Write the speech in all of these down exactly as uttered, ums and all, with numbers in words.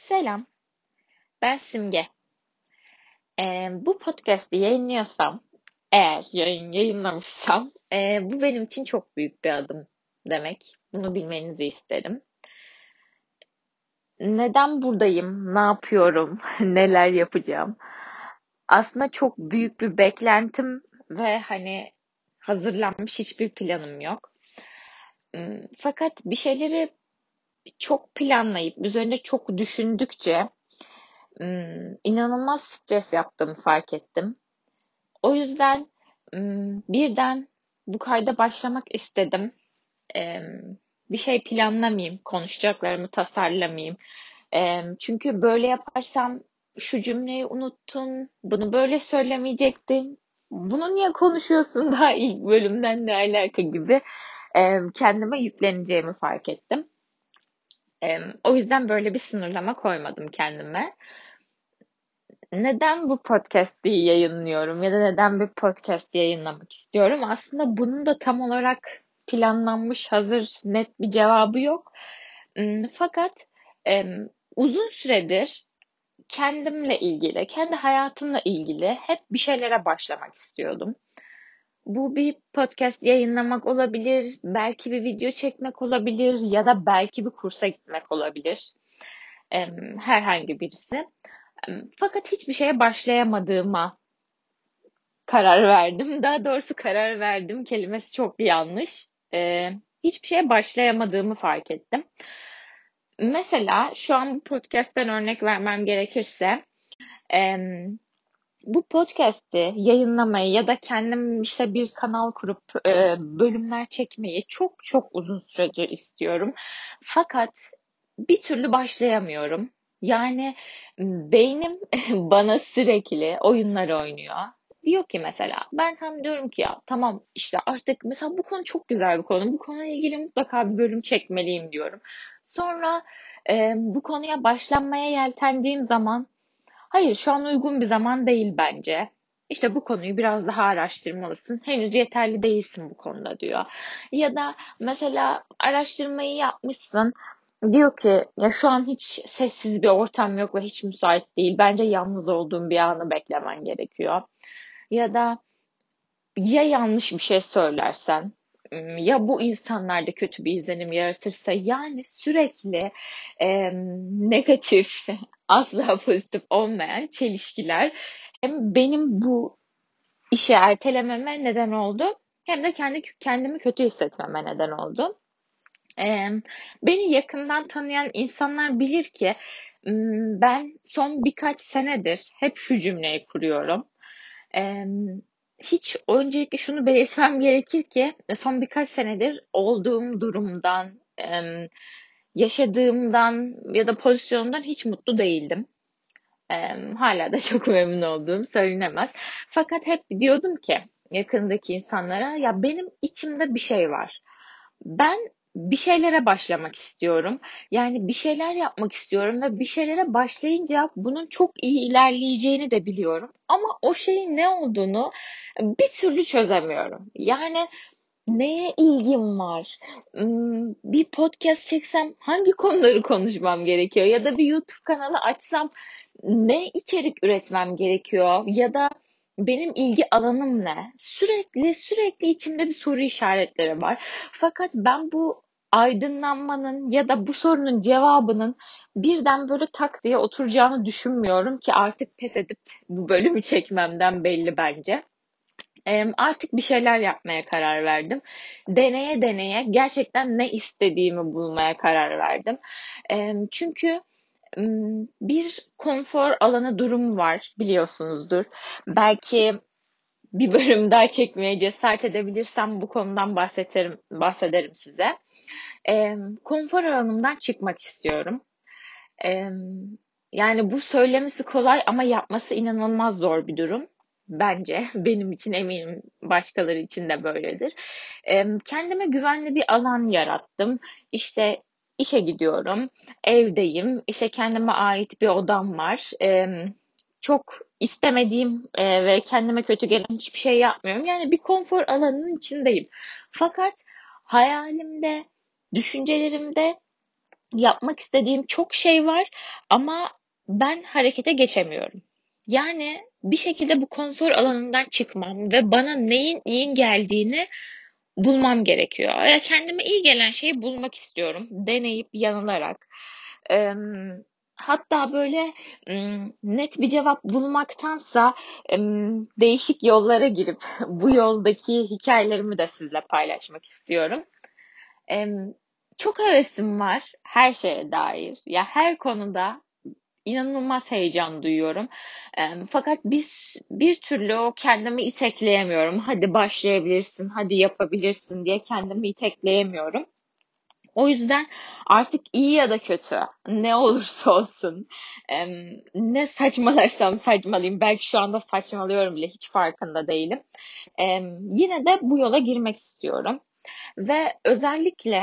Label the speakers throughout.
Speaker 1: Selam, ben Simge. Ee, bu podcast'i yayınlıyorsam, eğer yayın yayınlamışsam, ee, bu benim için çok büyük bir adım demek. Bunu bilmenizi isterim. Neden buradayım, ne yapıyorum, neler yapacağım? Aslında çok büyük bir beklentim ve hani hazırlanmış hiçbir planım yok. Hmm, Fakat bir şeyleri çok planlayıp, üzerinde çok düşündükçe hmm, inanılmaz stres yaptığımı fark ettim. O yüzden ım, birden bu kayda başlamak istedim. Em, Bir şey planlamayayım, konuşacaklarımı tasarlamayayım. Em, Çünkü böyle yaparsam şu cümleyi unuttun, bunu böyle söylemeyecektin. Bunu niye konuşuyorsun daha ilk bölümden ne alaka gibi em, kendime yükleneceğimi fark ettim. Em, O yüzden böyle bir sınırlama koymadım kendime. Neden bu podcast'i yayınlıyorum ya da neden bir podcast yayınlamak istiyorum? Aslında bunun da tam olarak planlanmış, hazır, net bir cevabı yok. Hmm, Fakat em, uzun süredir kendimle ilgili, kendi hayatımla ilgili hep bir şeylere başlamak istiyordum. Bu bir podcast yayınlamak olabilir, belki bir video çekmek olabilir ya da belki bir kursa gitmek olabilir. Em, herhangi birisi. Fakat hiçbir şeye başlayamadığıma karar verdim. Daha doğrusu karar verdim kelimesi çok yanlış. Ee, hiçbir şeye başlayamadığımı fark ettim. Mesela şu an bu podcast'ten örnek vermem gerekirse, em, bu podcast'i yayınlamayı ya da kendim işte bir kanal kurup e, bölümler çekmeyi çok çok uzun süredir istiyorum. Fakat bir türlü başlayamıyorum. Yani beynim bana sürekli oyunlar oynuyor. Diyor ki mesela ben hem diyorum ki ya tamam işte artık mesela bu konu çok güzel bir konu. Bu konuyla ilgili mutlaka bir bölüm çekmeliyim diyorum. Sonra e, bu konuya başlanmaya yeltendiğim zaman hayır, şu an uygun bir zaman değil bence. İşte bu konuyu biraz daha araştırmalısın. Henüz yeterli değilsin bu konuda diyor. Ya da mesela araştırmayı yapmışsın. Diyor ki ya şu an hiç sessiz bir ortam yok ve hiç müsait değil. Bence yalnız olduğun bir anı beklemen gerekiyor. Ya da ya yanlış bir şey söylersen ya bu insanlarda kötü bir izlenim yaratırsa yani sürekli e, negatif asla pozitif olmayan çelişkiler hem benim bu işi ertelememe neden oldu hem de kendi kendimi kötü hissetmeme neden oldu. E, Beni yakından tanıyan insanlar bilir ki ben son birkaç senedir hep şu cümleyi kuruyorum. Ee, Hiç öncelikle şunu belirtmem gerekir ki son birkaç senedir olduğum durumdan, em, yaşadığımdan ya da pozisyonumdan hiç mutlu değildim. Em, hala da çok memnun olduğum söylenemez. Fakat hep diyordum ki yakındaki insanlara ya benim içimde bir şey var. Ben bir şeylere başlamak istiyorum. Yani bir şeyler yapmak istiyorum ve bir şeylere başlayınca bunun çok iyi ilerleyeceğini de biliyorum. Ama o şeyin ne olduğunu bir türlü çözemiyorum. Yani neye ilgim var? Hmm, Bir podcast çeksem hangi konuları konuşmam gerekiyor? Ya da bir YouTube kanalı açsam ne içerik üretmem gerekiyor? Ya da benim ilgi alanım ne? Sürekli sürekli içimde bir soru işaretleri var. Fakat ben bu aydınlanmanın ya da bu sorunun cevabının birden böyle tak diye oturacağını düşünmüyorum ki artık pes edip bu bölümü çekmemden belli bence. Em, Artık bir şeyler yapmaya karar verdim. Deneye deneye gerçekten ne istediğimi bulmaya karar verdim. Em, Çünkü m, bir konfor alanı durumu var biliyorsunuzdur. Belki bir bölüm daha çekmeye cesaret edebilirsem bu konudan bahsederim, bahsederim size. Em, Konfor alanımdan çıkmak istiyorum. Em, Yani bu söylemesi kolay ama yapması inanılmaz zor bir durum. Bence benim için eminim başkaları için de böyledir. Em, Kendime güvenli bir alan yarattım. İşte işe gidiyorum, evdeyim, işte kendime ait bir odam var. Em, Çok istemediğim e, ve kendime kötü gelen hiçbir şey yapmıyorum. Yani bir konfor alanının içindeyim. Fakat hayalimde, düşüncelerimde Yapmak istediğim çok şey var ama ben harekete geçemiyorum. Yani bir şekilde bu konfor alanından çıkmam ve bana neyin iyi geldiğini bulmam gerekiyor. Ya kendime iyi gelen şeyi bulmak istiyorum. Deneyip yanılarak. Eee, Hatta böyle ım, net bir cevap bulmaktansa ım, değişik yollara girip bu yoldaki hikayelerimi de sizle paylaşmak istiyorum. Em, Çok hevesim var her şeye dair. Ya her konuda inanılmaz heyecan duyuyorum. Em, fakat bir, bir türlü o kendimi itekleyemiyorum. Hadi başlayabilirsin, hadi yapabilirsin diye kendimi itekleyemiyorum. O yüzden artık iyi ya da kötü ne olursa olsun em, ne saçmalarsam saçmalayayım, belki şu anda saçmalıyorum bile, hiç farkında değilim. Em, yine de bu yola girmek istiyorum ve özellikle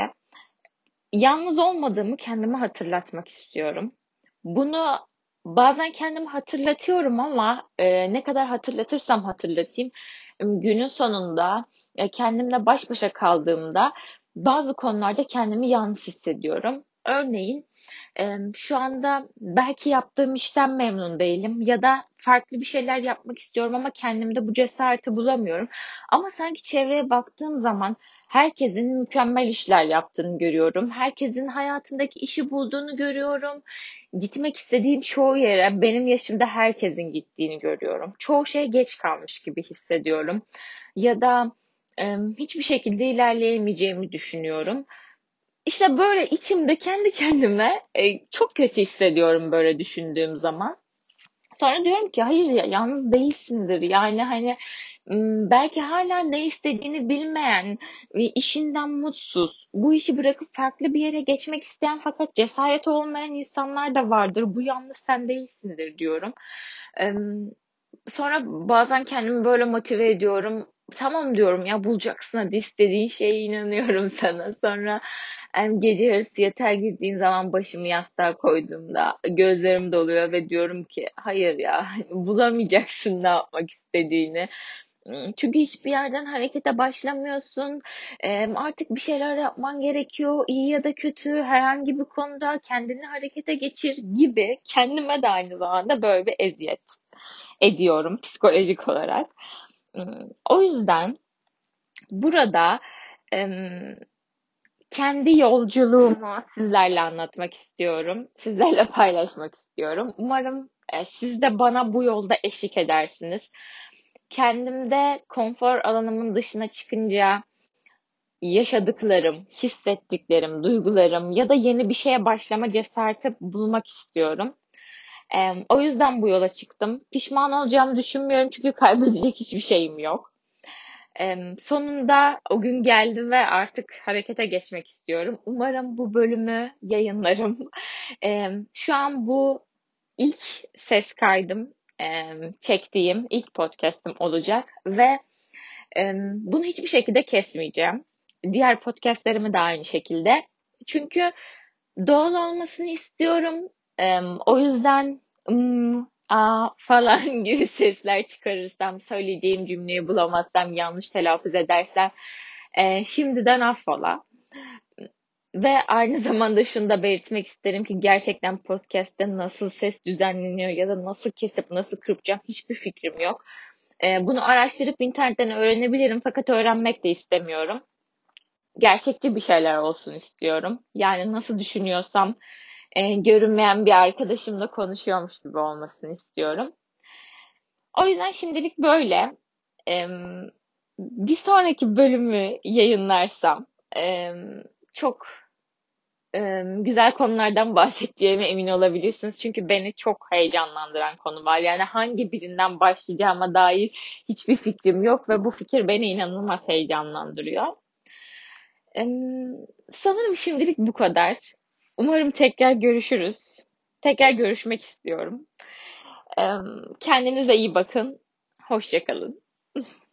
Speaker 1: yalnız olmadığımı kendime hatırlatmak istiyorum. Bunu bazen kendime hatırlatıyorum ama e, ne kadar hatırlatırsam hatırlatayım, günün sonunda e, kendimle baş başa kaldığımda bazı konularda kendimi yalnız hissediyorum. Örneğin e, şu anda belki yaptığım işten memnun değilim ya da farklı bir şeyler yapmak istiyorum ama kendimde bu cesareti bulamıyorum. Ama sanki çevreye baktığım zaman herkesin mükemmel işler yaptığını görüyorum. Herkesin hayatındaki işi bulduğunu görüyorum. Gitmek istediğim çoğu yere benim yaşımda herkesin gittiğini görüyorum. Çoğu şey geç kalmış gibi hissediyorum. Ya da e, hiçbir şekilde ilerleyemeyeceğimi düşünüyorum. İşte böyle içimde kendi kendime e, çok kötü hissediyorum böyle düşündüğüm zaman. Sonra diyorum ki hayır ya, yalnız değilsindir. Yani hani belki hala ne istediğini bilmeyen ve işinden mutsuz, bu işi bırakıp farklı bir yere geçmek isteyen fakat cesaret olmayan insanlar da vardır. Bu yalnız sen değilsindir diyorum. Sonra bazen kendimi böyle motive ediyorum. Tamam diyorum ya, bulacaksın hadi istediğin şeye, inanıyorum sana. Sonra em, gece yarısı yatağa girdiğim zaman başımı yastığa koyduğumda gözlerim doluyor ve diyorum ki hayır ya, bulamayacaksın ne yapmak istediğini. Çünkü hiçbir yerden harekete başlamıyorsun. Em, Artık bir şeyler yapman gerekiyor. İyi ya da kötü herhangi bir konuda kendini harekete geçir gibi kendime de aynı zamanda böyle bir eziyet ediyorum psikolojik olarak. O yüzden burada kendi yolculuğumu sizlerle anlatmak istiyorum. Sizlerle paylaşmak istiyorum. Umarım e, siz de bana bu yolda eşlik edersiniz. Kendimde konfor alanımın dışına çıkınca yaşadıklarım, hissettiklerim, duygularım ya da yeni bir şeye başlama cesareti bulmak istiyorum. Em, o yüzden bu yola çıktım. Pişman olacağımı düşünmüyorum çünkü kaybedecek hiçbir şeyim yok. Em, sonunda o gün geldi ve artık harekete geçmek istiyorum. Umarım bu bölümü yayınlarım. Em, şu an bu ilk ses kaydım, em, çektiğim ilk podcast'im olacak ve em, bunu hiçbir şekilde kesmeyeceğim. Diğer podcast'lerimi de aynı şekilde. Çünkü doğal olmasını istiyorum. Em, o yüzden ım, aa falan gibi sesler çıkarırsam, söyleyeceğim cümleyi bulamazsam, yanlış telaffuz edersem e, şimdiden affola. Ve aynı zamanda şunu da belirtmek isterim ki gerçekten podcast'te nasıl ses düzenleniyor ya da nasıl kesip nasıl kırpacağım hiçbir fikrim yok. E, bunu araştırıp internetten öğrenebilirim fakat öğrenmek de istemiyorum. Gerçekçi bir şeyler olsun istiyorum. Yani nasıl düşünüyorsam e, görünmeyen bir arkadaşımla konuşuyormuş gibi olmasını istiyorum. O yüzden şimdilik böyle. E, Bir sonraki bölümü yayınlarsam e, çok e, güzel konulardan bahsedeceğime emin olabilirsiniz. Çünkü beni çok heyecanlandıran konu var. Yani hangi birinden başlayacağıma dair hiçbir fikrim yok ve bu fikir beni inanılmaz heyecanlandırıyor. Em, Sanırım şimdilik bu kadar. Umarım tekrar görüşürüz. Tekrar görüşmek istiyorum. Em, Kendinize iyi bakın. Hoşça kalın.